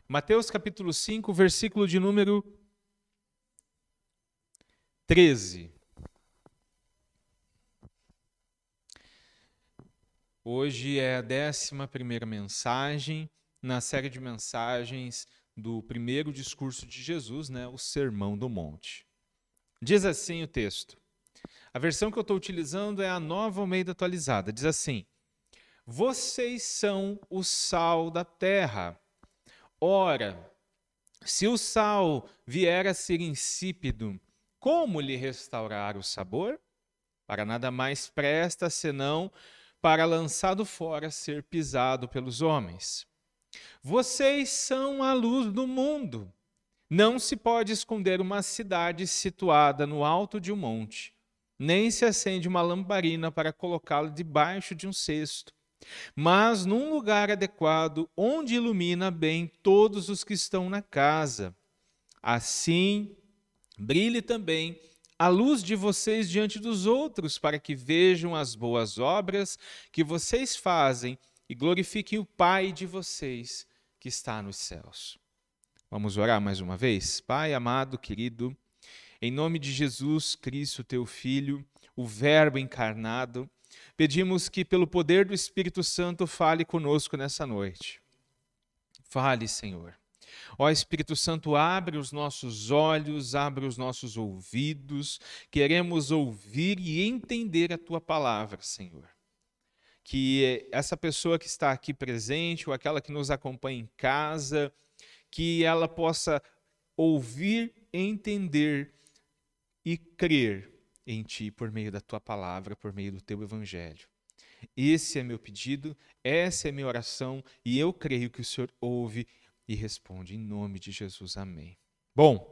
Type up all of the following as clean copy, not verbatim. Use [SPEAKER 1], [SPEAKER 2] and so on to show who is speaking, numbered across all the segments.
[SPEAKER 1] Mateus capítulo 5, versículo de número 13. Hoje é a 11ª mensagem na série de mensagens do primeiro discurso de Jesus, o Sermão do Monte. Diz assim o texto. A versão que eu estou utilizando é a Nova Almeida atualizada. Diz assim: vocês são o sal da terra. Ora, se o sal vier a ser insípido, como lhe restaurar o sabor? Para nada mais presta senão para lançado fora ser pisado pelos homens. Vocês são a luz do mundo. Não se pode esconder uma cidade situada no alto de um monte, nem se acende uma lamparina para colocá-la debaixo de um cesto, mas num lugar adequado, onde ilumina bem todos os que estão na casa. Assim, brilhe também a luz de vocês diante dos outros, para que vejam as boas obras que vocês fazem e glorifiquem o Pai de vocês que está nos céus. Vamos orar mais uma vez? Pai amado, querido, em nome de Jesus Cristo, teu Filho, o Verbo encarnado, pedimos que pelo poder do Espírito Santo fale conosco nessa noite. Fale, Senhor. Ó Espírito Santo, abre os nossos olhos, abre os nossos ouvidos. Queremos ouvir e entender a tua palavra, Senhor. Que essa pessoa que está aqui presente ou aquela que nos acompanha em casa, que ela possa ouvir, entender e crer em ti por meio da tua palavra, por meio do teu evangelho. Esse é meu pedido, essa é minha oração e eu creio que o Senhor ouve e responde em nome de Jesus. Amém. Bom,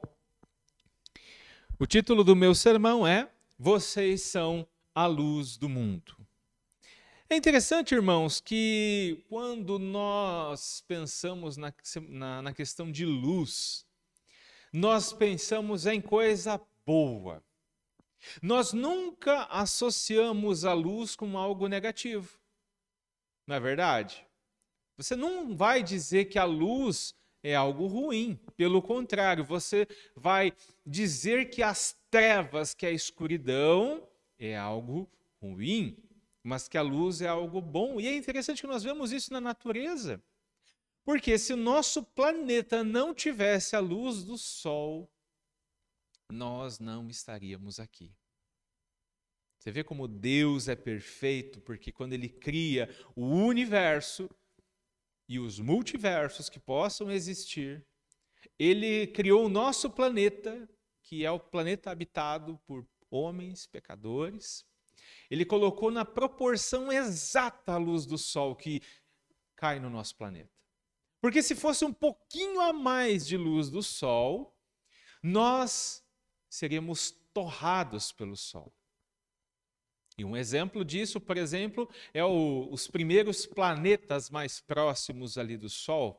[SPEAKER 1] o título do meu sermão é Vocês são a luz do mundo. É interessante, irmãos, que quando nós pensamos na questão de luz, nós pensamos em coisa boa. Nós nunca associamos a luz com algo negativo. Não é verdade? Você não vai dizer que a luz é algo ruim. Pelo contrário, você vai dizer que as trevas, que a escuridão é algo ruim, mas que a luz é algo bom. E é interessante que nós vemos isso na natureza. Porque se o nosso planeta não tivesse a luz do sol, nós não estaríamos aqui. Você vê como Deus é perfeito, porque quando Ele cria o universo e os multiversos que possam existir, Ele criou o nosso planeta, que é o planeta habitado por homens pecadores. Ele colocou na proporção exata a luz do sol que cai no nosso planeta. Porque se fosse um pouquinho a mais de luz do sol, nós seríamos torrados pelo sol. E um exemplo disso, por exemplo, é os primeiros planetas mais próximos ali do Sol.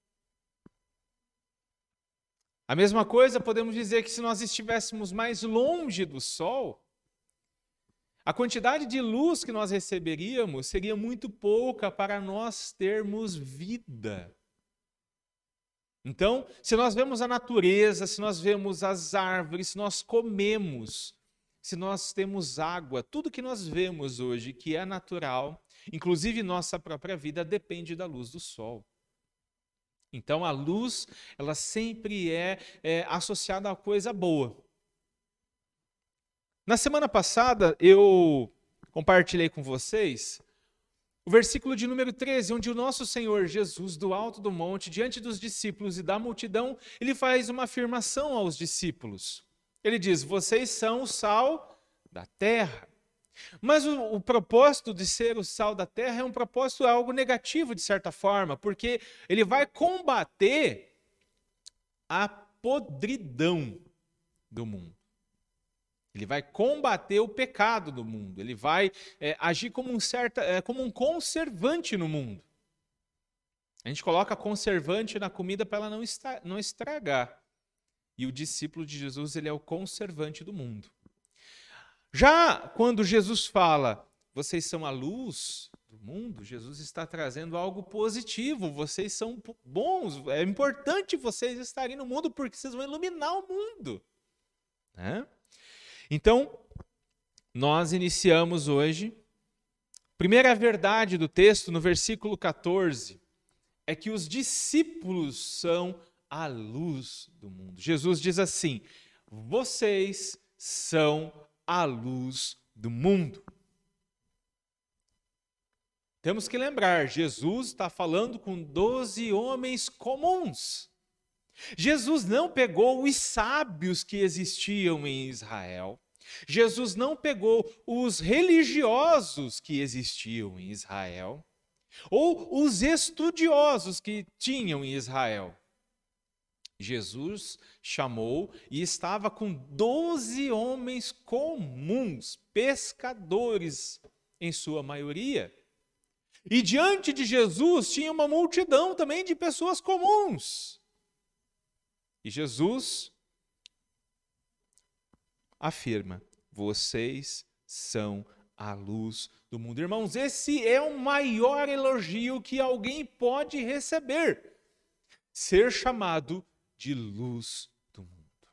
[SPEAKER 1] A mesma coisa podemos dizer que se nós estivéssemos mais longe do Sol, a quantidade de luz que nós receberíamos seria muito pouca para nós termos vida. Então, se nós vemos a natureza, se nós vemos as árvores, se nós comemos, se nós temos água, tudo que nós vemos hoje que é natural, inclusive nossa própria vida, depende da luz do sol. Então a luz, ela sempre é associada a coisa boa. Na semana passada eu compartilhei com vocês o versículo de número 13, onde o nosso Senhor Jesus, do alto do monte, diante dos discípulos e da multidão, ele faz uma afirmação aos discípulos. Ele diz, vocês são o sal da terra. Mas o propósito de ser o sal da terra é um propósito, algo negativo de certa forma, porque ele vai combater a podridão do mundo. Ele vai combater o pecado do mundo. Ele vai agir como um conservante no mundo. A gente coloca conservante na comida para ela não estragar. E o discípulo de Jesus, ele é o conservante do mundo. Já quando Jesus fala, vocês são a luz do mundo, Jesus está trazendo algo positivo. Vocês são bons, é importante vocês estarem no mundo porque vocês vão iluminar o mundo. Né? Então, nós iniciamos hoje. Primeira verdade do texto, no versículo 14, é que os discípulos são a luz do mundo. Jesus diz assim: vocês são a luz do mundo. Temos que lembrar, Jesus está falando com 12 homens comuns. Jesus não pegou os sábios que existiam em Israel. Jesus não pegou os religiosos que existiam em Israel, ou os estudiosos que tinham em Israel. Jesus chamou e estava com 12 homens comuns, pescadores em sua maioria. E diante de Jesus tinha uma multidão também de pessoas comuns. E Jesus afirma: vocês são a luz do mundo. Irmãos, esse é o maior elogio que alguém pode receber. Ser chamado de luz do mundo.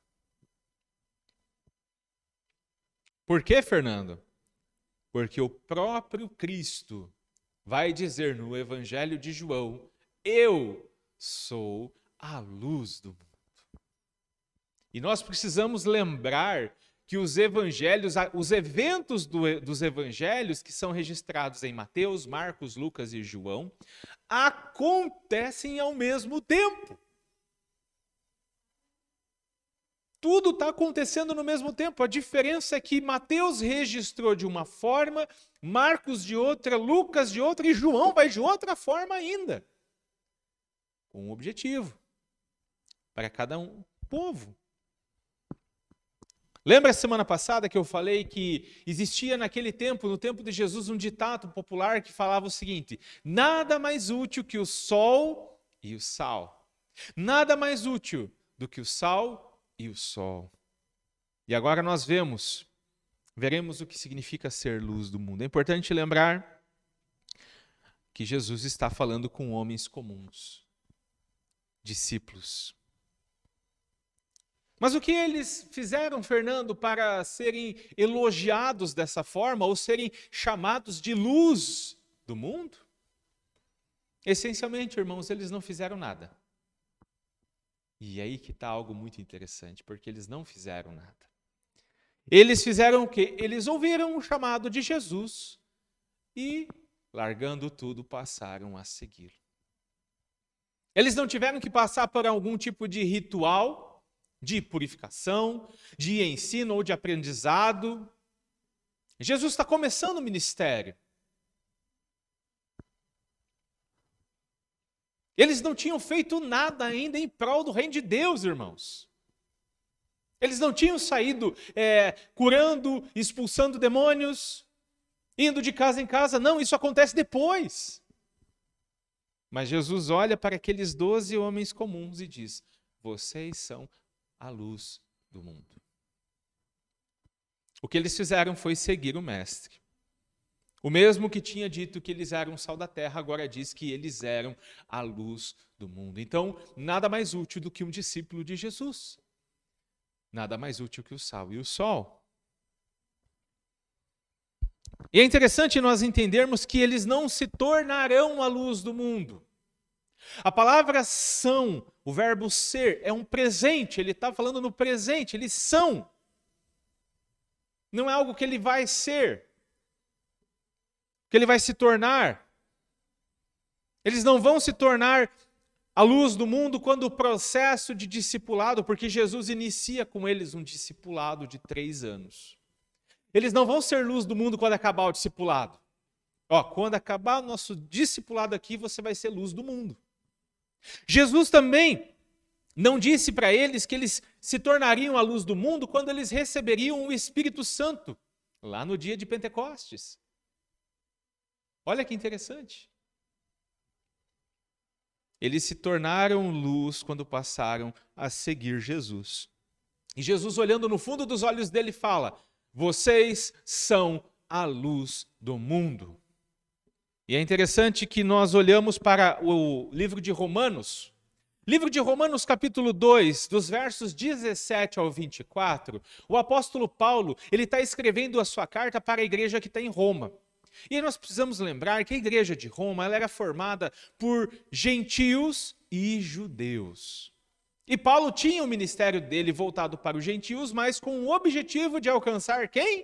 [SPEAKER 1] Por quê, Fernando? Porque o próprio Cristo vai dizer no Evangelho de João: eu sou a luz do mundo. E nós precisamos lembrar que os evangelhos, os eventos dos evangelhos que são registrados em Mateus, Marcos, Lucas e João, acontecem ao mesmo tempo. Tudo está acontecendo no mesmo tempo. A diferença é que Mateus registrou de uma forma, Marcos de outra, Lucas de outra e João vai de outra forma ainda. Com um objetivo. Para cada povo. Lembra a semana passada que eu falei que existia naquele tempo, no tempo de Jesus, um ditado popular que falava o seguinte: nada mais útil que o sol e o sal. Nada mais útil do que o sal e o sol. E agora nós veremos o que significa ser luz do mundo. É importante lembrar que Jesus está falando com homens comuns, discípulos. Mas o que eles fizeram, Fernando, para serem elogiados dessa forma, ou serem chamados de luz do mundo? Essencialmente, irmãos, eles não fizeram nada. E aí que está algo muito interessante, porque eles não fizeram nada. Eles fizeram o quê? Eles ouviram o chamado de Jesus e, largando tudo, passaram a segui-lo. Eles não tiveram que passar por algum tipo de ritual, de purificação, de ensino ou de aprendizado. Jesus está começando o ministério. Eles não tinham feito nada ainda em prol do reino de Deus, irmãos. Eles não tinham saído curando, expulsando demônios, indo de casa em casa. Não, isso acontece depois. Mas Jesus olha para aqueles 12 homens comuns e diz: vocês são a luz do mundo. O que eles fizeram foi seguir o Mestre. O mesmo que tinha dito que eles eram o sal da terra, agora diz que eles eram a luz do mundo. Então, nada mais útil do que um discípulo de Jesus. Nada mais útil que o sal e o sol. E é interessante nós entendermos que eles não se tornarão a luz do mundo. A palavra são, o verbo ser, é um presente, ele está falando no presente, eles são. Não é algo que ele vai ser, que ele vai se tornar. Eles não vão se tornar a luz do mundo quando o processo de discipulado, porque Jesus inicia com eles um discipulado de 3 anos. Eles não vão ser luz do mundo quando acabar o discipulado. Quando acabar o nosso discipulado aqui, você vai ser luz do mundo. Jesus também não disse para eles que eles se tornariam a luz do mundo quando eles receberiam o Espírito Santo, lá no dia de Pentecostes. Olha que interessante. Eles se tornaram luz quando passaram a seguir Jesus. E Jesus, olhando no fundo dos olhos dele, fala: vocês são a luz do mundo. E é interessante que nós olhamos para o livro de Romanos. Livro de Romanos, capítulo 2, dos versos 17 ao 24, o apóstolo Paulo, ele está escrevendo a sua carta para a igreja que está em Roma. E aí nós precisamos lembrar que a igreja de Roma, ela era formada por gentios e judeus. E Paulo tinha o ministério dele voltado para os gentios, mas com o objetivo de alcançar quem?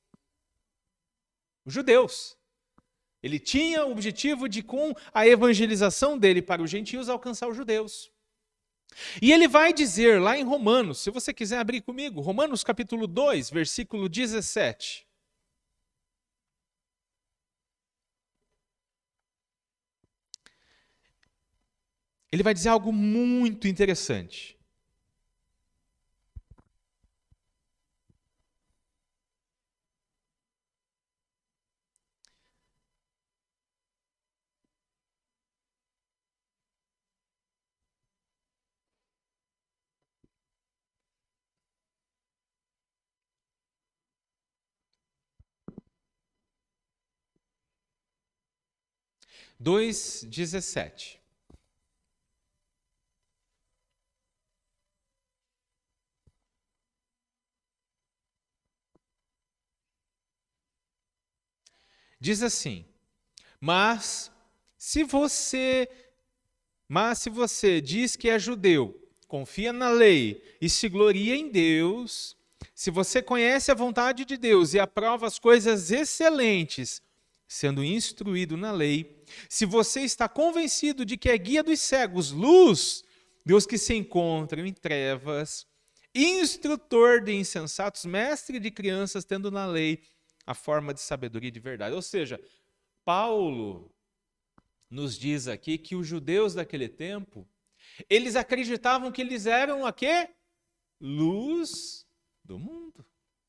[SPEAKER 1] Os judeus. Ele tinha o objetivo de, com a evangelização dele para os gentios, alcançar os judeus. E ele vai dizer lá em Romanos, se você quiser abrir comigo, Romanos capítulo 2, versículo 17. Ele vai dizer algo muito interessante. Dois 17. Diz assim: Mas se você diz que é judeu, confia na lei e se gloria em Deus, se você conhece a vontade de Deus e aprova as coisas excelentes, sendo instruído na lei, se você está convencido de que é guia dos cegos, luz dos que se encontram em trevas, instrutor de insensatos, mestre de crianças, tendo na lei a forma de sabedoria e de verdade. Ou seja, Paulo nos diz aqui que os judeus daquele tempo, eles acreditavam que eles eram a quê? Luz do mundo.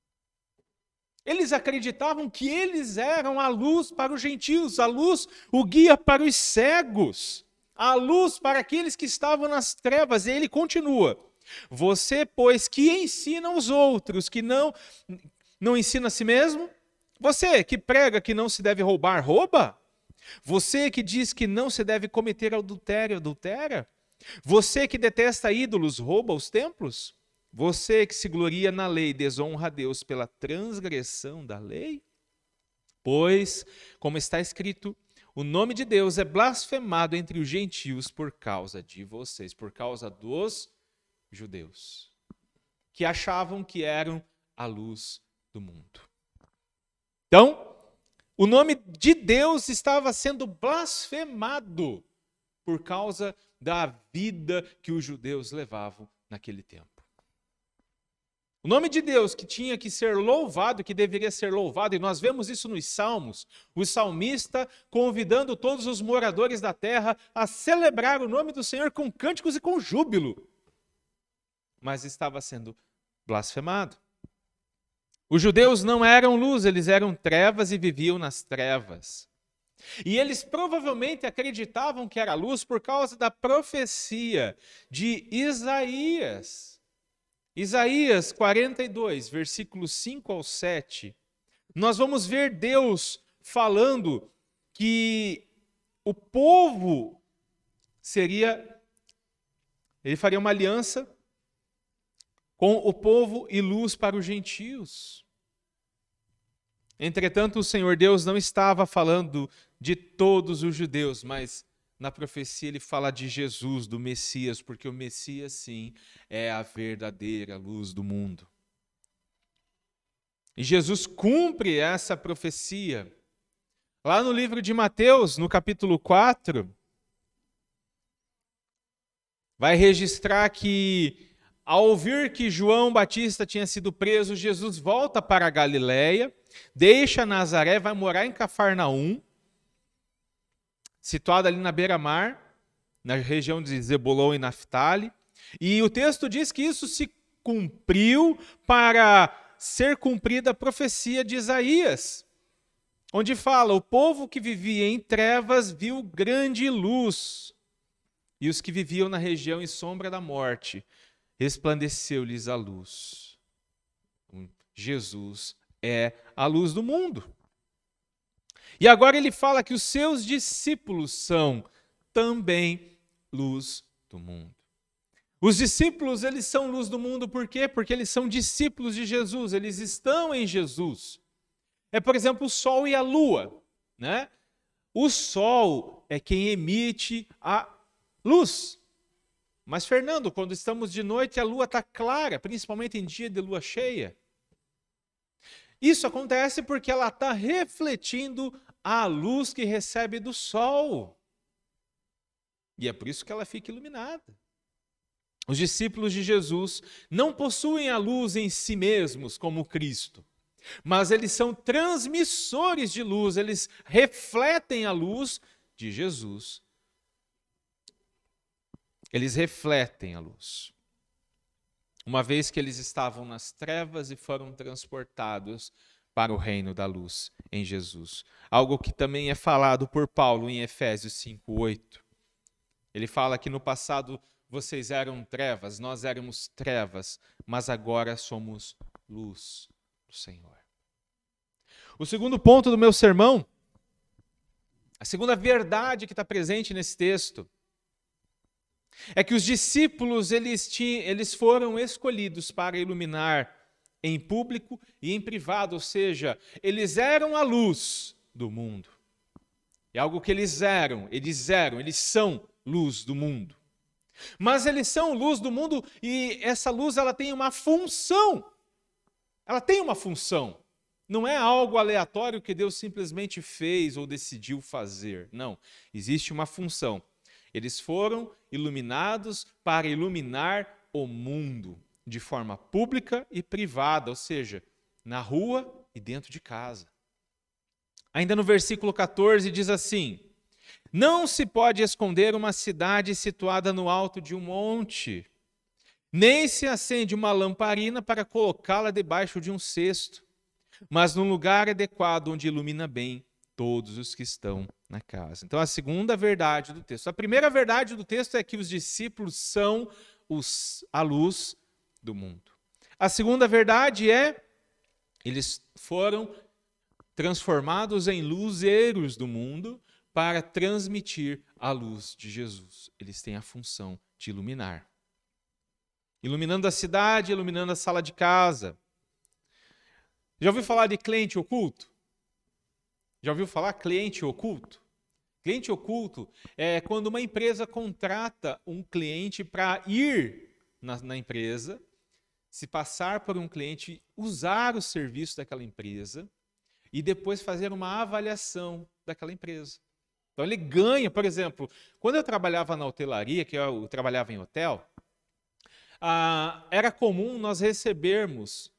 [SPEAKER 1] Eles acreditavam que eles eram a luz para os gentios, a luz, o guia para os cegos, a luz para aqueles que estavam nas trevas. E ele continua: você, pois, que ensina os outros, que não ensina a si mesmo? Você que prega que não se deve roubar, rouba? Você que diz que não se deve cometer adultério, adultera? Você que detesta ídolos, rouba os templos? Você que se gloria na lei, desonra a Deus pela transgressão da lei? Pois, como está escrito, o nome de Deus é blasfemado entre os gentios por causa de vocês, por causa dos judeus, que achavam que eram a luz do mundo. Então, o nome de Deus estava sendo blasfemado por causa da vida que os judeus levavam naquele tempo. O nome de Deus que tinha que ser louvado, que deveria ser louvado, e nós vemos isso nos Salmos, o salmista convidando todos os moradores da terra a celebrar o nome do Senhor com cânticos e com júbilo. Mas estava sendo blasfemado. Os judeus não eram luz, eles eram trevas e viviam nas trevas. E eles provavelmente acreditavam que era luz por causa da profecia de Isaías. Isaías 42, versículos 5 ao 7. Nós vamos ver Deus falando que o povo ele faria uma aliança com o povo e luz para os gentios. Entretanto, o Senhor Deus não estava falando de todos os judeus, mas na profecia ele fala de Jesus, do Messias, porque o Messias, sim, é a verdadeira luz do mundo. E Jesus cumpre essa profecia. Lá no livro de Mateus, no capítulo 4, vai registrar que, ao ouvir que João Batista tinha sido preso, Jesus volta para a Galileia, deixa Nazaré, vai morar em Cafarnaum, situado ali na beira-mar, na região de Zebulon e Naftali. E o texto diz que isso se cumpriu para ser cumprida a profecia de Isaías, onde fala: o povo que vivia em trevas viu grande luz, e os que viviam na região em sombra da morte, resplandeceu-lhes a luz. Jesus é a luz do mundo. E agora ele fala que os seus discípulos são também luz do mundo. Os discípulos, eles são luz do mundo por quê? Porque eles são discípulos de Jesus, eles estão em Jesus. É, por exemplo, o sol e a lua, né? O sol é quem emite a luz. Mas, Fernando, quando estamos de noite, a lua está clara, principalmente em dia de lua cheia. Isso acontece porque ela está refletindo a luz que recebe do sol. E é por isso que ela fica iluminada. Os discípulos de Jesus não possuem a luz em si mesmos, como Cristo, mas eles são transmissores de luz, eles refletem a luz de Jesus. Eles refletem a luz. Uma vez que eles estavam nas trevas e foram transportados para o reino da luz em Jesus. Algo que também é falado por Paulo em Efésios 5:8. Ele fala que no passado vocês eram trevas, nós éramos trevas, mas agora somos luz do Senhor. O segundo ponto do meu sermão, a segunda verdade que está presente nesse texto, é que os discípulos eles foram escolhidos para iluminar em público e em privado, ou seja, eles eram a luz do mundo. É algo que eles são luz do mundo. Mas eles são luz do mundo e essa luz ela tem uma função. Ela tem uma função. Não é algo aleatório que Deus simplesmente fez ou decidiu fazer. Não, existe uma função. Eles foram iluminados para iluminar o mundo de forma pública e privada, ou seja, na rua e dentro de casa. Ainda no versículo 14 diz assim: não se pode esconder uma cidade situada no alto de um monte, nem se acende uma lamparina para colocá-la debaixo de um cesto, mas num lugar adequado onde ilumina bem todos os que estão na casa. Então, a segunda verdade do texto. A primeira verdade do texto é que os discípulos são a luz do mundo. A segunda verdade é eles foram transformados em luzeiros do mundo para transmitir a luz de Jesus. Eles têm a função de iluminar. Iluminando a cidade, iluminando a sala de casa. Já ouviu falar de cliente oculto? Já ouviu falar cliente oculto? Cliente oculto é quando uma empresa contrata um cliente para ir na empresa, se passar por um cliente, usar o serviço daquela empresa e depois fazer uma avaliação daquela empresa. Então ele ganha, por exemplo, quando eu trabalhava na hotelaria, que eu trabalhava em hotel, era comum nós recebermos,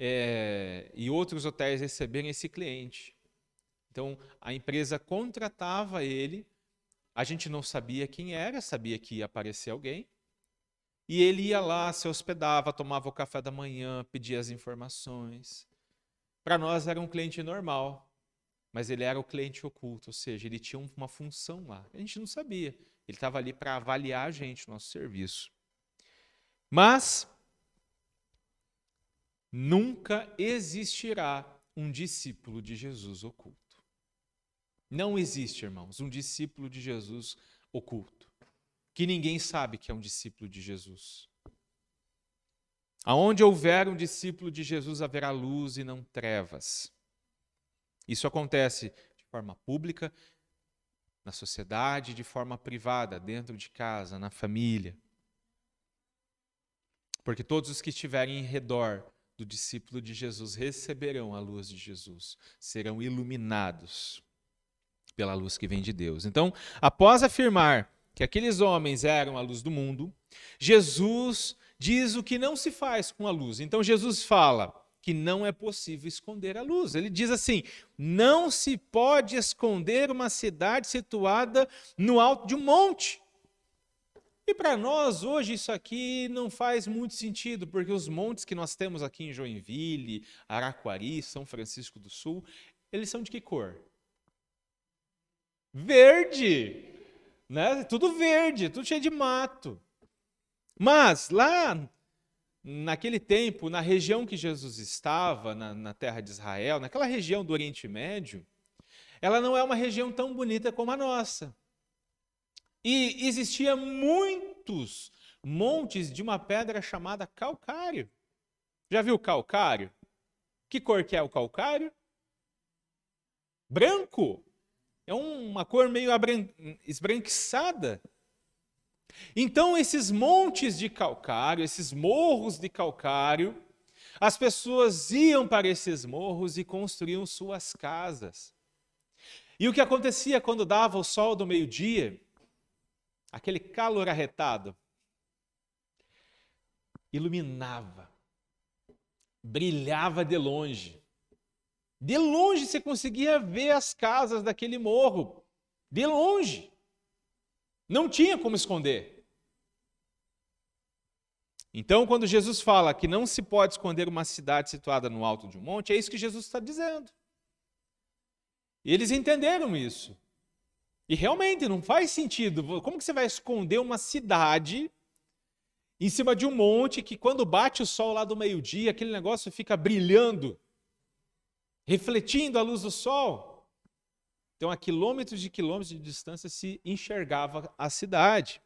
[SPEAKER 1] e outros hotéis receberem esse cliente. Então a empresa contratava ele, a gente não sabia quem era, sabia que ia aparecer alguém, e ele ia lá, se hospedava, tomava o café da manhã, pedia as informações. Para nós era um cliente normal. Mas ele era o cliente oculto, ou seja, ele tinha uma função lá. A gente não sabia. Ele estava ali para avaliar a gente, o nosso serviço. Mas nunca existirá um discípulo de Jesus oculto. Não existe, irmãos, um discípulo de Jesus oculto. Que ninguém sabe que é um discípulo de Jesus. Aonde houver um discípulo de Jesus, haverá luz e não trevas. Isso acontece de forma pública, na sociedade, de forma privada, dentro de casa, na família. Porque todos os que estiverem em redor do discípulo de Jesus receberão a luz de Jesus, serão iluminados pela luz que vem de Deus. Então, após afirmar que aqueles homens eram a luz do mundo, Jesus diz o que não se faz com a luz. Então, Jesus fala que não é possível esconder a luz. Ele diz assim: não se pode esconder uma cidade situada no alto de um monte. E para nós, hoje, isso aqui não faz muito sentido, porque os montes que nós temos aqui em Joinville, Araquari, São Francisco do Sul, eles são de que cor? Verde! Né? Tudo verde, tudo cheio de mato. Mas lá naquele tempo, na região que Jesus estava, na terra de Israel, naquela região do Oriente Médio, ela não é uma região tão bonita como a nossa. E existia muitos montes de uma pedra chamada calcário. Já viu calcário? Que cor que é o calcário? Branco. É uma cor meio esbranquiçada. Então, esses montes de calcário, esses morros de calcário, as pessoas iam para esses morros e construíam suas casas. E o que acontecia quando dava o sol do meio-dia, aquele calor arretado, iluminava, brilhava de longe. De longe você conseguia ver as casas daquele morro. De longe. Não tinha como esconder. Então, quando Jesus fala que não se pode esconder uma cidade situada no alto de um monte, é isso que Jesus está dizendo. E eles entenderam isso. E realmente não faz sentido. Como que você vai esconder uma cidade em cima de um monte que quando bate o sol lá do meio-dia, aquele negócio fica brilhando, refletindo a luz do sol? Então, a quilômetros de distância se enxergava a cidade.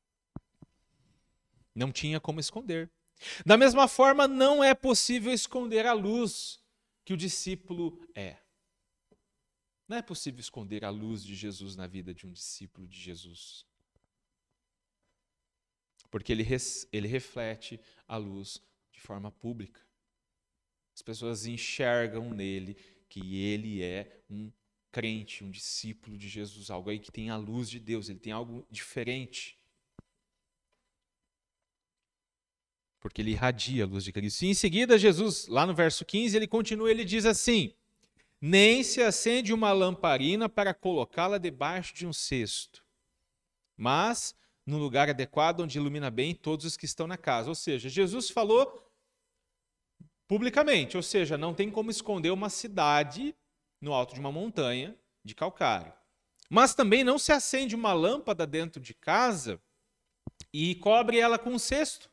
[SPEAKER 1] Não tinha como esconder. Da mesma forma, não é possível esconder a luz que o discípulo é. Não é possível esconder a luz de Jesus na vida de um discípulo de Jesus. Porque ele reflete a luz de forma pública. As pessoas enxergam nele que ele é um crente, um discípulo de Jesus, algo aí que tem a luz de Deus, ele tem algo diferente. Porque ele irradia a luz de Cristo. E em seguida, Jesus, lá no verso 15, ele continua, ele diz assim: nem se acende uma lamparina para colocá-la debaixo de um cesto, mas no lugar adequado onde ilumina bem todos os que estão na casa. Ou seja, Jesus falou publicamente, ou seja, não tem como esconder uma cidade no alto de uma montanha de calcário. Mas também não se acende uma lâmpada dentro de casa e cobre ela com um cesto,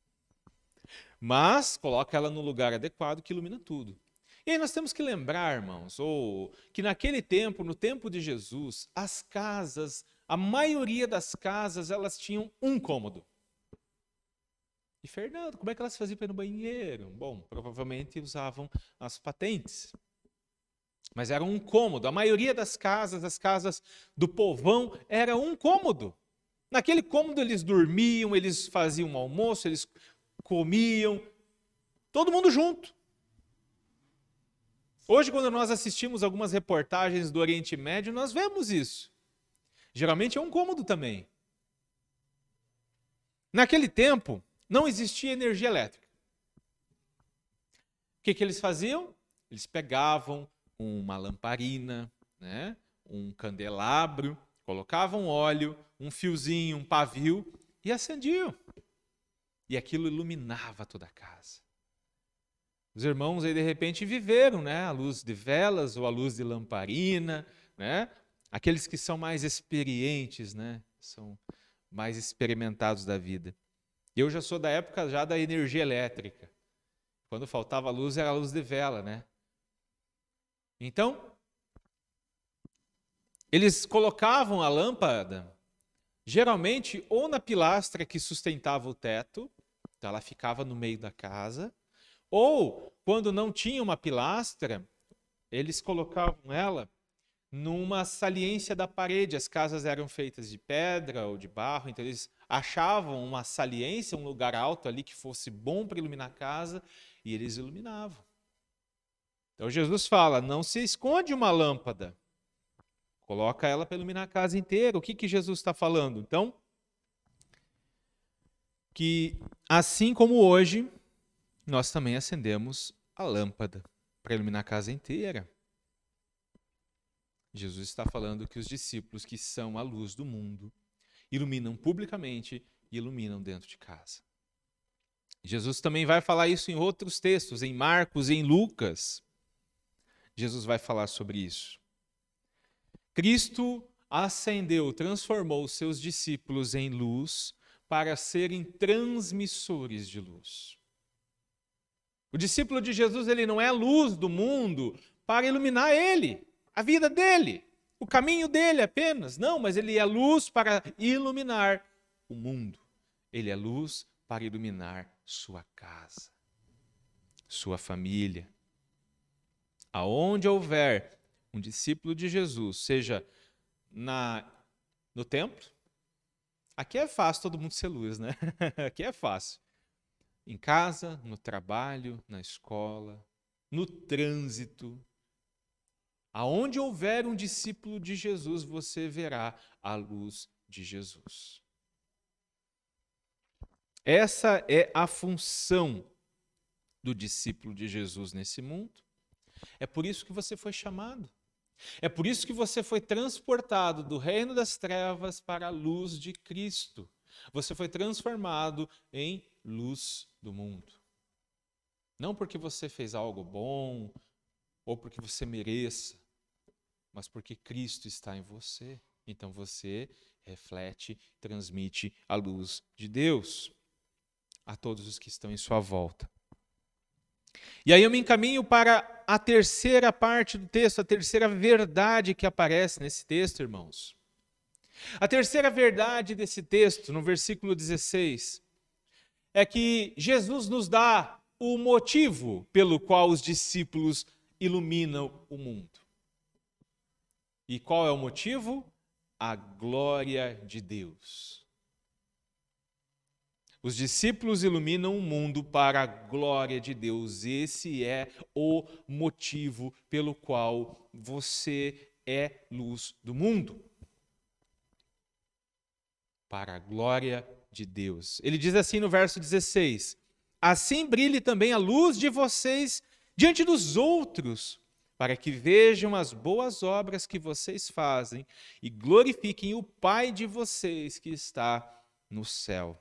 [SPEAKER 1] mas coloca ela no lugar adequado que ilumina tudo. E aí nós temos que lembrar, irmãos, que naquele tempo, no tempo de Jesus, as casas, a maioria das casas, elas tinham um cômodo. E Fernando, como é que elas faziam para ir no banheiro? Bom, provavelmente usavam as patentes. Mas era um cômodo. A maioria das casas, as casas do povão, era um cômodo. Naquele cômodo eles dormiam, eles faziam um almoço, eles comiam, todo mundo junto. Hoje, quando nós assistimos algumas reportagens do Oriente Médio, nós vemos isso. Geralmente é um cômodo também. Naquele tempo, não existia energia elétrica. O que eles faziam? Eles pegavam uma lamparina, né, um candelabro, colocavam óleo, um fiozinho, um pavio e acendiam. E aquilo iluminava toda a casa. Os irmãos aí de repente viveram, né, a luz de velas ou a luz de lamparina, né? Aqueles que são mais experientes, né, são mais experimentados da vida. Eu já sou da época já da energia elétrica. Quando faltava luz era a luz de vela, né? Então, eles colocavam a lâmpada geralmente ou na pilastra que sustentava o teto, então ela ficava no meio da casa, ou, quando não tinha uma pilastra, eles colocavam ela numa saliência da parede. As casas eram feitas de pedra ou de barro, então eles achavam uma saliência, um lugar alto ali que fosse bom para iluminar a casa, e eles iluminavam. Então Jesus fala, não se esconde uma lâmpada, coloca ela para iluminar a casa inteira. O que Jesus está falando? Então, que assim como hoje, nós também acendemos a lâmpada para iluminar a casa inteira. Jesus está falando que os discípulos, que são a luz do mundo, iluminam publicamente e iluminam dentro de casa. Jesus também vai falar isso em outros textos, em Marcos e em Lucas. Jesus vai falar sobre isso. Cristo acendeu, transformou os seus discípulos em luz para serem transmissores de luz. O discípulo de Jesus, ele não é a luz do mundo para iluminar ele. a vida dele, o caminho dele apenas. Não, mas ele é luz para iluminar o mundo. Ele é luz para iluminar sua casa, sua família. Aonde houver um discípulo de Jesus, seja no templo, aqui é fácil todo mundo ser luz, né? Aqui é fácil. Em casa, no trabalho, na escola, no trânsito. Aonde houver um discípulo de Jesus, você verá a luz de Jesus. Essa é a função do discípulo de Jesus nesse mundo. É por isso que você foi chamado. É por isso que você foi transportado do reino das trevas para a luz de Cristo. Você foi transformado em luz do mundo. Não porque você fez algo bom ou porque você mereça, mas porque Cristo está em você. Então você reflete, transmite a luz de Deus a todos os que estão em sua volta. E aí eu me encaminho para a terceira parte do texto, a terceira verdade que aparece nesse texto, irmãos. A terceira verdade desse texto, no versículo 16, é que Jesus nos dá o motivo pelo qual os discípulos iluminam o mundo. E qual é o motivo? A glória de Deus. Os discípulos iluminam o mundo para a glória de Deus. Esse é o motivo pelo qual você é luz do mundo. Para a glória de Deus. Ele diz assim no verso 16: assim brilhe também a luz de vocês diante dos outros, para que vejam as boas obras que vocês fazem e glorifiquem o Pai de vocês que está no céu.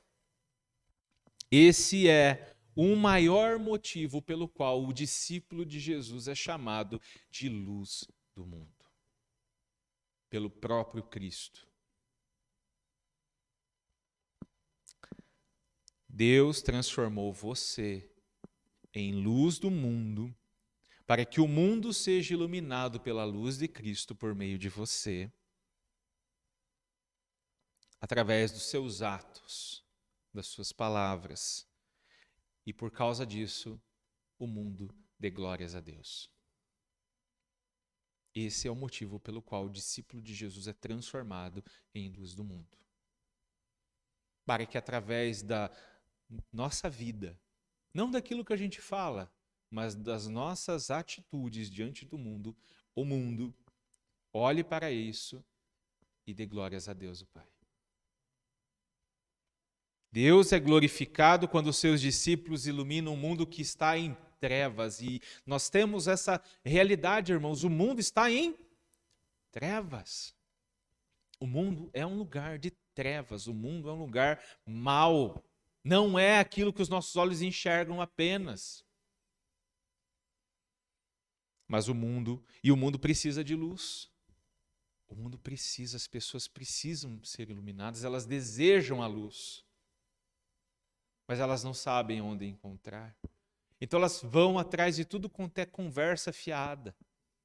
[SPEAKER 1] Esse é o maior motivo pelo qual o discípulo de Jesus é chamado de luz do mundo. Pelo próprio Cristo. Deus transformou você em luz do mundo para que o mundo seja iluminado pela luz de Cristo por meio de você, através dos seus atos, das suas palavras. E por causa disso, o mundo dê glórias a Deus. Esse é o motivo pelo qual o discípulo de Jesus é transformado em luz do mundo. Para que através da nossa vida, não daquilo que a gente fala, mas das nossas atitudes diante do mundo, o mundo olhe para isso e dê glórias a Deus, o Pai. Deus é glorificado quando os seus discípulos iluminam um mundo que está em trevas. E nós temos essa realidade, irmãos. O mundo está em trevas. O mundo é um lugar de trevas. O mundo é um lugar mau. Não é aquilo que os nossos olhos enxergam apenas. Mas o mundo precisa de luz. O mundo precisa, as pessoas precisam ser iluminadas, elas desejam a luz. Mas elas não sabem onde encontrar. Então elas vão atrás de tudo quanto é conversa fiada.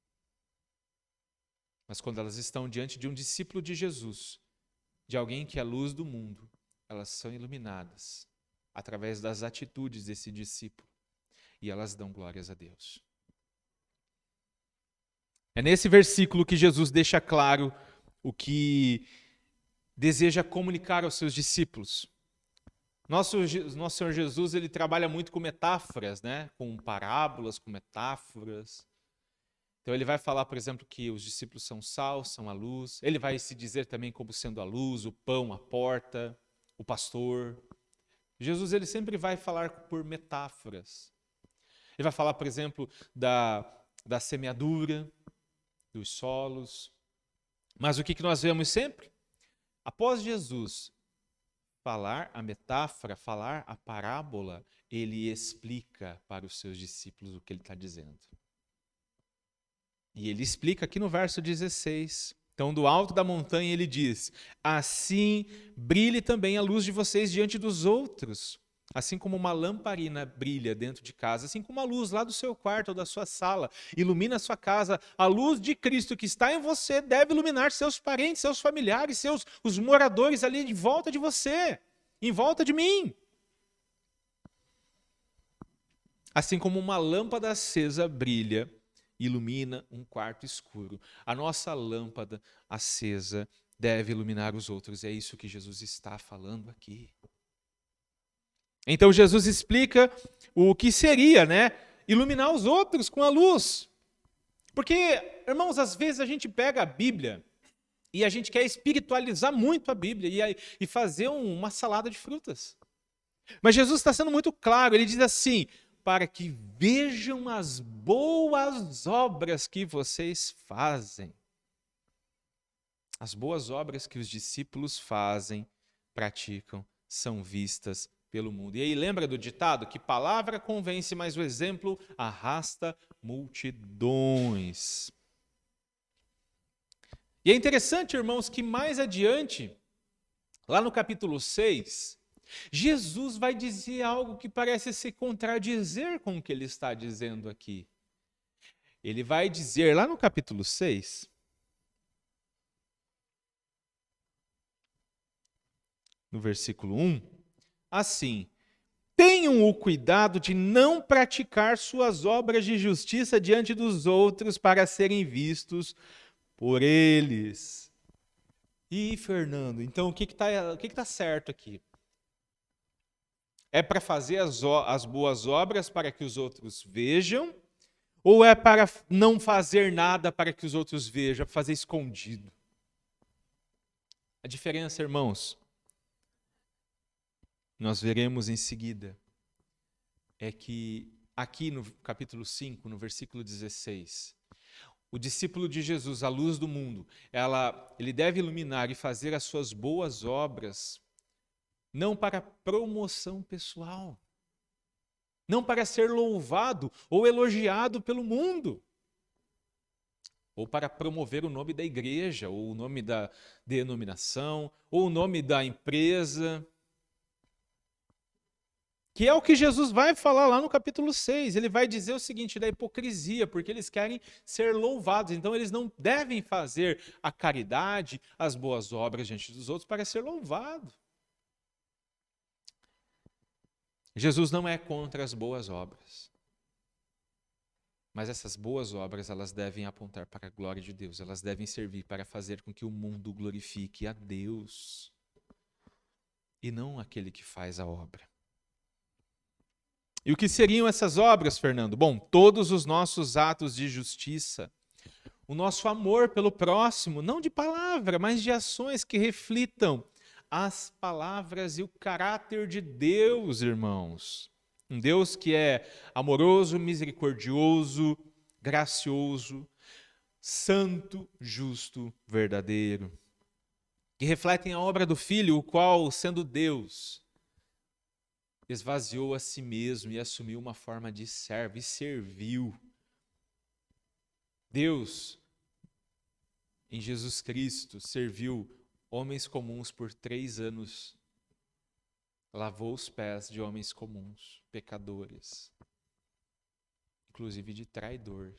[SPEAKER 1] Mas quando elas estão diante de um discípulo de Jesus, de alguém que é a luz do mundo, elas são iluminadas através das atitudes desse discípulo. E elas dão glórias a Deus. É nesse versículo que Jesus deixa claro o que deseja comunicar aos seus discípulos. Nosso Senhor Jesus, ele trabalha muito com metáforas, né? Com parábolas, com metáforas. Então ele vai falar, por exemplo, que os discípulos são sal, são a luz. Ele vai se dizer também como sendo a luz, o pão, a porta, o pastor. Jesus, ele sempre vai falar por metáforas. Ele vai falar, por exemplo, da semeadura, dos solos. Mas o que nós vemos sempre? Após Jesus falar a metáfora, falar a parábola, ele explica para os seus discípulos o que ele está dizendo. E ele explica aqui no verso 16. Então, do alto da montanha ele diz: assim brilhe também a luz de vocês diante dos outros, assim como uma lamparina brilha dentro de casa, assim como a luz lá do seu quarto ou da sua sala ilumina a sua casa, a luz de Cristo que está em você deve iluminar seus parentes, seus familiares, os moradores ali em volta de você, em volta de mim. Assim como uma lâmpada acesa brilha, ilumina um quarto escuro, a nossa lâmpada acesa deve iluminar os outros. É isso que Jesus está falando aqui. Então Jesus explica o que seria, iluminar os outros com a luz. Porque, irmãos, às vezes a gente pega a Bíblia e a gente quer espiritualizar muito a Bíblia e fazer uma salada de frutas. Mas Jesus está sendo muito claro, ele diz assim: para que vejam as boas obras que vocês fazem. As boas obras que os discípulos fazem, praticam, são vistas pelo mundo. E aí lembra do ditado que palavra convence, mas o exemplo arrasta multidões. E é interessante, irmãos, que mais adiante, lá no capítulo 6, Jesus vai dizer algo que parece se contradizer com o que ele está dizendo aqui. Ele vai dizer lá no capítulo 6, no versículo 1, assim: tenham o cuidado de não praticar suas obras de justiça diante dos outros para serem vistos por eles. E Fernando, então o que está certo aqui? É para fazer as boas obras para que os outros vejam? Ou é para não fazer nada para que os outros vejam, fazer escondido? A diferença, irmãos, nós veremos em seguida, é que aqui no capítulo 5, no versículo 16, o discípulo de Jesus, a luz do mundo, ele deve iluminar e fazer as suas boas obras não para promoção pessoal, não para ser louvado ou elogiado pelo mundo, ou para promover o nome da igreja, ou o nome da denominação, ou o nome da empresa, que é o que Jesus vai falar lá no capítulo 6. Ele vai dizer o seguinte, da hipocrisia, porque eles querem ser louvados, então eles não devem fazer a caridade, as boas obras diante dos outros para ser louvado. Jesus não é contra as boas obras, mas essas boas obras, elas devem apontar para a glória de Deus, elas devem servir para fazer com que o mundo glorifique a Deus e não aquele que faz a obra. E o que seriam essas obras, Fernando? Bom, todos os nossos atos de justiça, o nosso amor pelo próximo, não de palavra, mas de ações que reflitam as palavras e o caráter de Deus, irmãos. Um Deus que é amoroso, misericordioso, gracioso, santo, justo, verdadeiro. Que refletem a obra do Filho, o qual, sendo Deus, esvaziou a si mesmo e assumiu uma forma de servo e serviu. Deus, em Jesus Cristo, serviu homens comuns por 3 anos. Lavou os pés de homens comuns, pecadores, inclusive de traidor.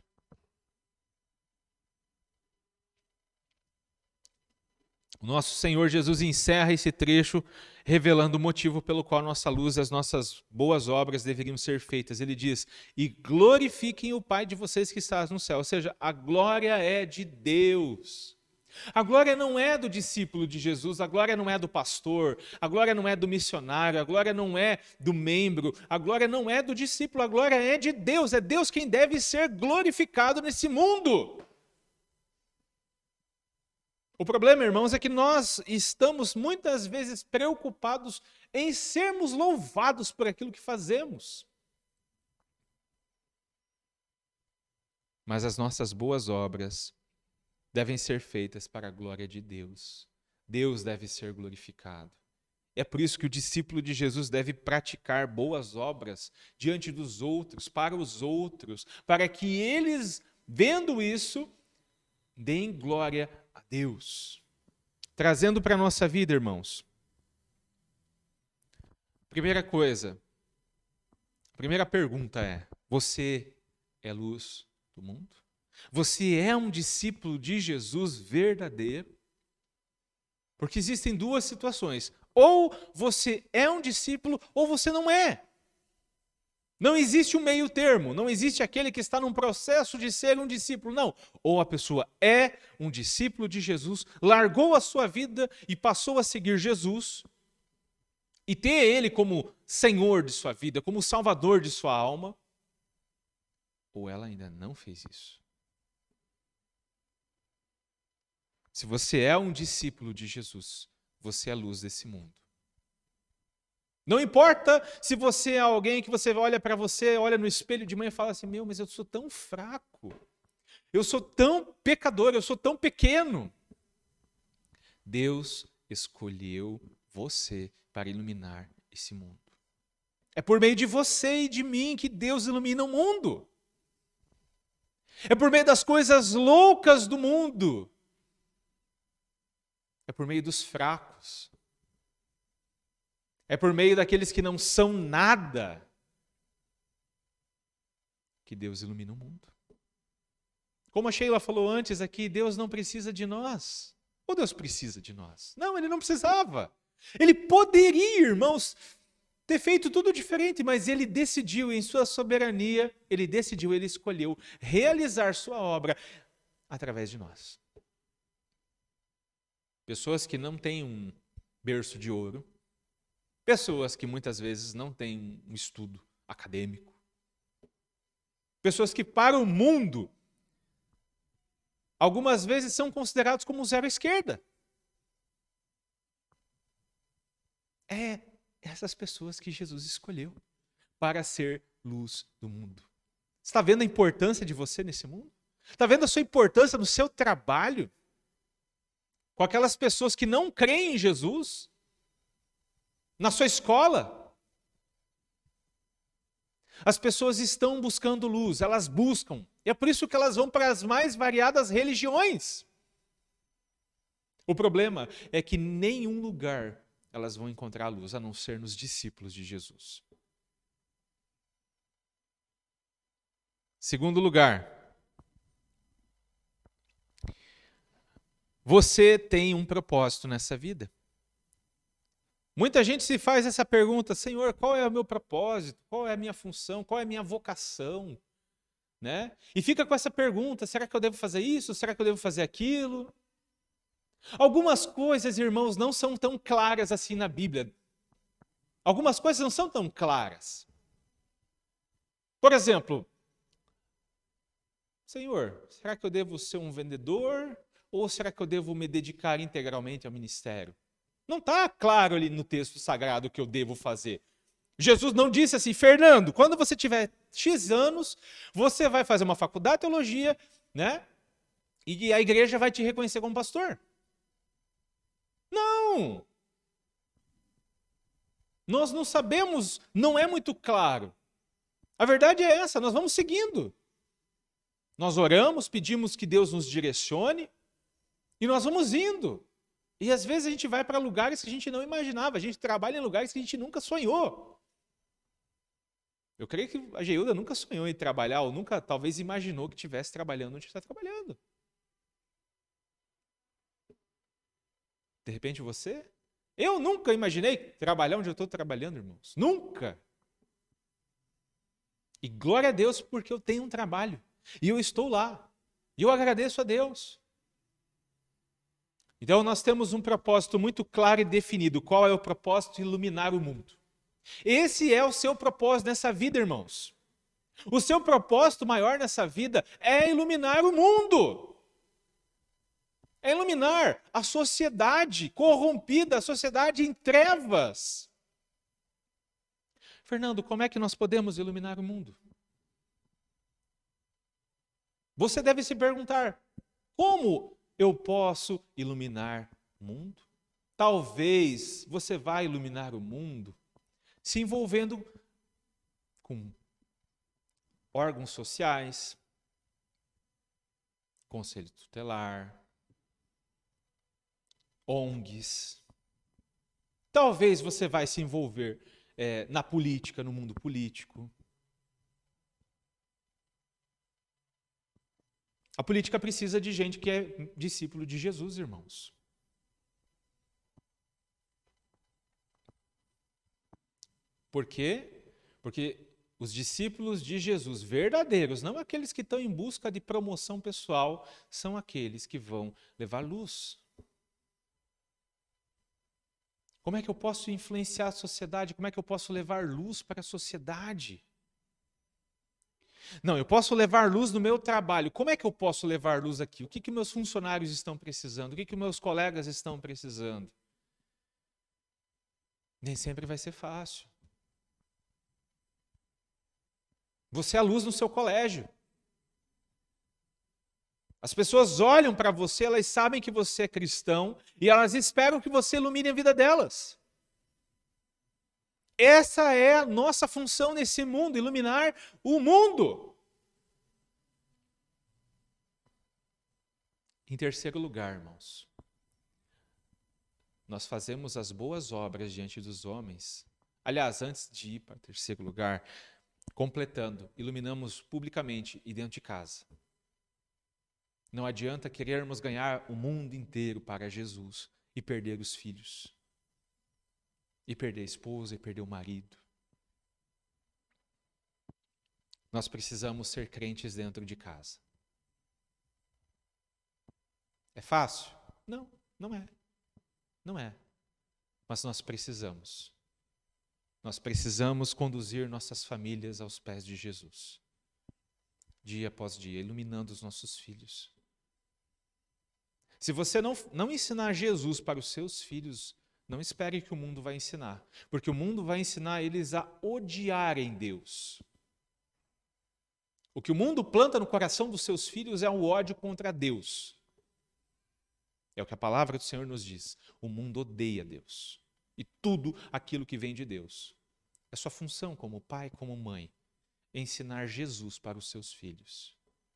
[SPEAKER 1] O nosso Senhor Jesus encerra esse trecho revelando o motivo pelo qual nossa luz e as nossas boas obras deveriam ser feitas. Ele diz: e glorifiquem o Pai de vocês que está no céu. Ou seja, a glória é de Deus. A glória não é do discípulo de Jesus, a glória não é do pastor, a glória não é do missionário, a glória não é do membro, a glória não é do discípulo, a glória é de Deus. É Deus quem deve ser glorificado nesse mundo. O problema, irmãos, é que nós estamos muitas vezes preocupados em sermos louvados por aquilo que fazemos. Mas as nossas boas obras devem ser feitas para a glória de Deus. Deus deve ser glorificado. É por isso que o discípulo de Jesus deve praticar boas obras diante dos outros, para os outros, para que eles, vendo isso, deem glória a Deus. Trazendo para a nossa vida, irmãos. Primeira coisa, Primeira pergunta é: você é luz do mundo? Você é um discípulo de Jesus verdadeiro? Porque existem duas situações. Ou você é um discípulo, ou você não é. Não existe um meio termo. Não existe aquele que está num processo de ser um discípulo. Não. Ou a pessoa é um discípulo de Jesus, largou a sua vida e passou a seguir Jesus, e ter Ele como Senhor de sua vida, como Salvador de sua alma, ou ela ainda não fez isso. Se você é um discípulo de Jesus, você é a luz desse mundo. Não importa se você é alguém que você olha para você, olha no espelho de manhã e fala assim: meu, mas eu sou tão fraco, eu sou tão pecador, eu sou tão pequeno. Deus escolheu você para iluminar esse mundo. É por meio de você e de mim que Deus ilumina o mundo. É por meio das coisas loucas do mundo. É por meio dos fracos. É por meio daqueles que não são nada que Deus ilumina o mundo. Como a Sheila falou antes aqui, Deus não precisa de nós. Ou Deus precisa de nós? Não, Ele não precisava. Ele poderia, irmãos, ter feito tudo diferente, mas Ele decidiu, em sua soberania, Ele decidiu, Ele escolheu realizar sua obra através de nós. Pessoas que não têm um berço de ouro, pessoas que muitas vezes não têm um estudo acadêmico, pessoas que para o mundo, algumas vezes são considerados como zero à esquerda. É essas pessoas que Jesus escolheu para ser luz do mundo. Está vendo a importância de você nesse mundo? Está vendo a sua importância no seu trabalho? Com aquelas pessoas que não creem em Jesus? Na sua escola? As pessoas estão buscando luz, elas buscam. E é por isso que elas vão para as mais variadas religiões. O problema é que em nenhum lugar elas vão encontrar a luz, a não ser nos discípulos de Jesus. Segundo lugar, você tem um propósito nessa vida. Muita gente se faz essa pergunta: Senhor, qual é o meu propósito? Qual é a minha função? Qual é a minha vocação? Né? E fica com essa pergunta: será que eu devo fazer isso? Será que eu devo fazer aquilo? Algumas coisas, irmãos, não são tão claras assim na Bíblia. Algumas coisas não são tão claras. Por exemplo, Senhor, será que eu devo ser um vendedor ou será que eu devo me dedicar integralmente ao ministério? Não está claro ali no texto sagrado o que eu devo fazer. Jesus não disse assim: Fernando, quando você tiver X anos, você vai fazer uma faculdade de teologia, né? E a igreja vai te reconhecer como pastor. Não! Nós não sabemos, não é muito claro. A verdade é essa, nós vamos seguindo. Nós oramos, pedimos que Deus nos direcione e nós vamos indo. E às vezes a gente vai para lugares que a gente não imaginava, a gente trabalha em lugares que a gente nunca sonhou. Eu creio que a Geilda nunca sonhou em trabalhar, ou nunca talvez imaginou que estivesse trabalhando onde está trabalhando. De repente você? Eu nunca imaginei trabalhar onde eu estou trabalhando, irmãos. Nunca! E glória a Deus porque eu tenho um trabalho. E eu estou lá. E eu agradeço a Deus. Então nós temos um propósito muito claro e definido. Qual é o propósito? Iluminar o mundo. Esse é o seu propósito nessa vida, irmãos. O seu propósito maior nessa vida é iluminar o mundo. É iluminar a sociedade corrompida, a sociedade em trevas. Fernando, como é que nós podemos iluminar o mundo? Você deve se perguntar: como eu posso iluminar o mundo? Talvez você vá iluminar o mundo se envolvendo com órgãos sociais, conselho tutelar, ONGs. Talvez você vai se envolver na política, no mundo político. A política precisa de gente que é discípulo de Jesus, irmãos. Por quê? Porque os discípulos de Jesus verdadeiros, não aqueles que estão em busca de promoção pessoal, são aqueles que vão levar luz. Como é que eu posso influenciar a sociedade? Como é que eu posso levar luz para a sociedade? Não, eu posso levar luz no meu trabalho. Como é que eu posso levar luz aqui? O que meus funcionários estão precisando? O que meus colegas estão precisando? Nem sempre vai ser fácil. Você é a luz no seu colégio. As pessoas olham para você, elas sabem que você é cristão e elas esperam que você ilumine a vida delas. Essa é a nossa função nesse mundo, iluminar o mundo. Em terceiro lugar, irmãos, nós fazemos as boas obras diante dos homens. Aliás, antes de ir para o terceiro lugar, completando, iluminamos publicamente e dentro de casa. Não adianta querermos ganhar o mundo inteiro para Jesus e perder os filhos, e perder a esposa, e perder o marido. Nós precisamos ser crentes dentro de casa. É fácil? Não, não é. Não é. Mas nós precisamos. Nós precisamos conduzir nossas famílias aos pés de Jesus. Dia após dia, iluminando os nossos filhos. Se você não ensinar Jesus para os seus filhos, não espere que o mundo vai ensinar. Porque o mundo vai ensinar eles a odiarem Deus. O que o mundo planta no coração dos seus filhos é o ódio contra Deus. É o que a palavra do Senhor nos diz. O mundo odeia Deus. E tudo aquilo que vem de Deus. É sua função como pai, como mãe, ensinar Jesus para os seus filhos.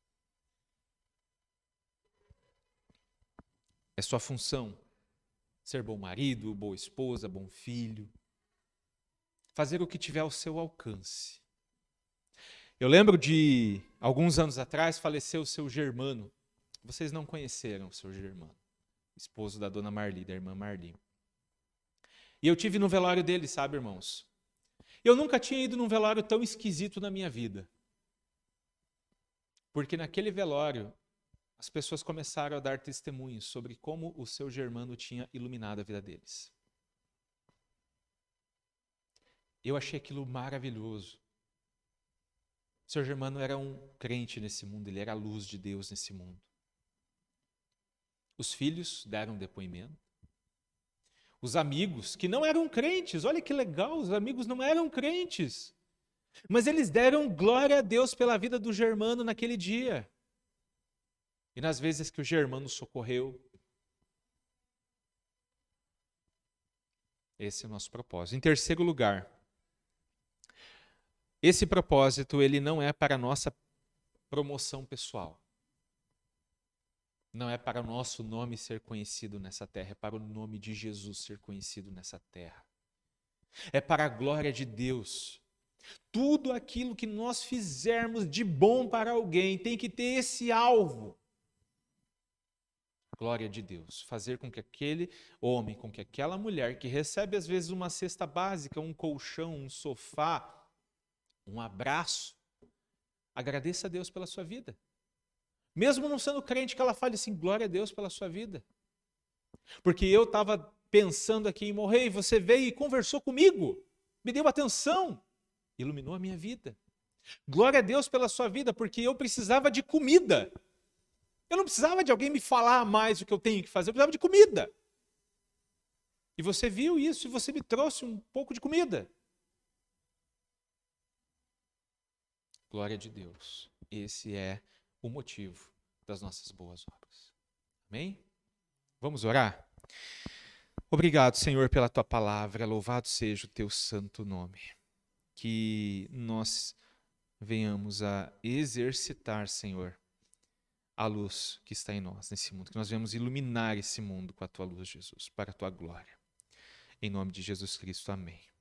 [SPEAKER 1] É sua função ser bom marido, boa esposa, bom filho. Fazer o que tiver ao seu alcance. Eu lembro de, alguns anos atrás, faleceu o seu Germano. Vocês não conheceram o seu Germano, esposo da dona Marli, da irmã Marli. E eu tive no velório dele, sabe, irmãos? Eu nunca tinha ido num velório tão esquisito na minha vida. Porque naquele velório, as pessoas começaram a dar testemunhos sobre como o seu Germano tinha iluminado a vida deles. Eu achei aquilo maravilhoso. O seu Germano era um crente nesse mundo, ele era a luz de Deus nesse mundo. Os filhos deram depoimento. Os amigos, que não eram crentes, olha que legal, os amigos não eram crentes. Mas eles deram glória a Deus pela vida do Germano naquele dia. E nas vezes que o Germano socorreu. Esse é o nosso propósito. Em terceiro lugar, esse propósito ele não é para a nossa promoção pessoal. Não é para o nosso nome ser conhecido nessa terra, é para o nome de Jesus ser conhecido nessa terra. É para a glória de Deus. Tudo aquilo que nós fizermos de bom para alguém tem que ter esse alvo. Glória de Deus. Fazer com que aquele homem, com que aquela mulher que recebe às vezes uma cesta básica, um colchão, um sofá, um abraço, agradeça a Deus pela sua vida. Mesmo não sendo crente, que ela fale assim, glória a Deus pela sua vida. Porque eu estava pensando aqui em morrer e você veio e conversou comigo, me deu atenção, iluminou a minha vida. Glória a Deus pela sua vida, porque eu precisava de comida. Eu não precisava de alguém me falar mais o que eu tenho que fazer, eu precisava de comida. E você viu isso e você me trouxe um pouco de comida. Glória de Deus. Esse é o motivo das nossas boas obras. Amém? Vamos orar? Obrigado, Senhor, pela tua palavra. Louvado seja o teu santo nome. Que nós venhamos a exercitar, Senhor, a luz que está em nós nesse mundo. Que nós venhamos iluminar esse mundo com a tua luz, Jesus, para a tua glória. Em nome de Jesus Cristo, amém.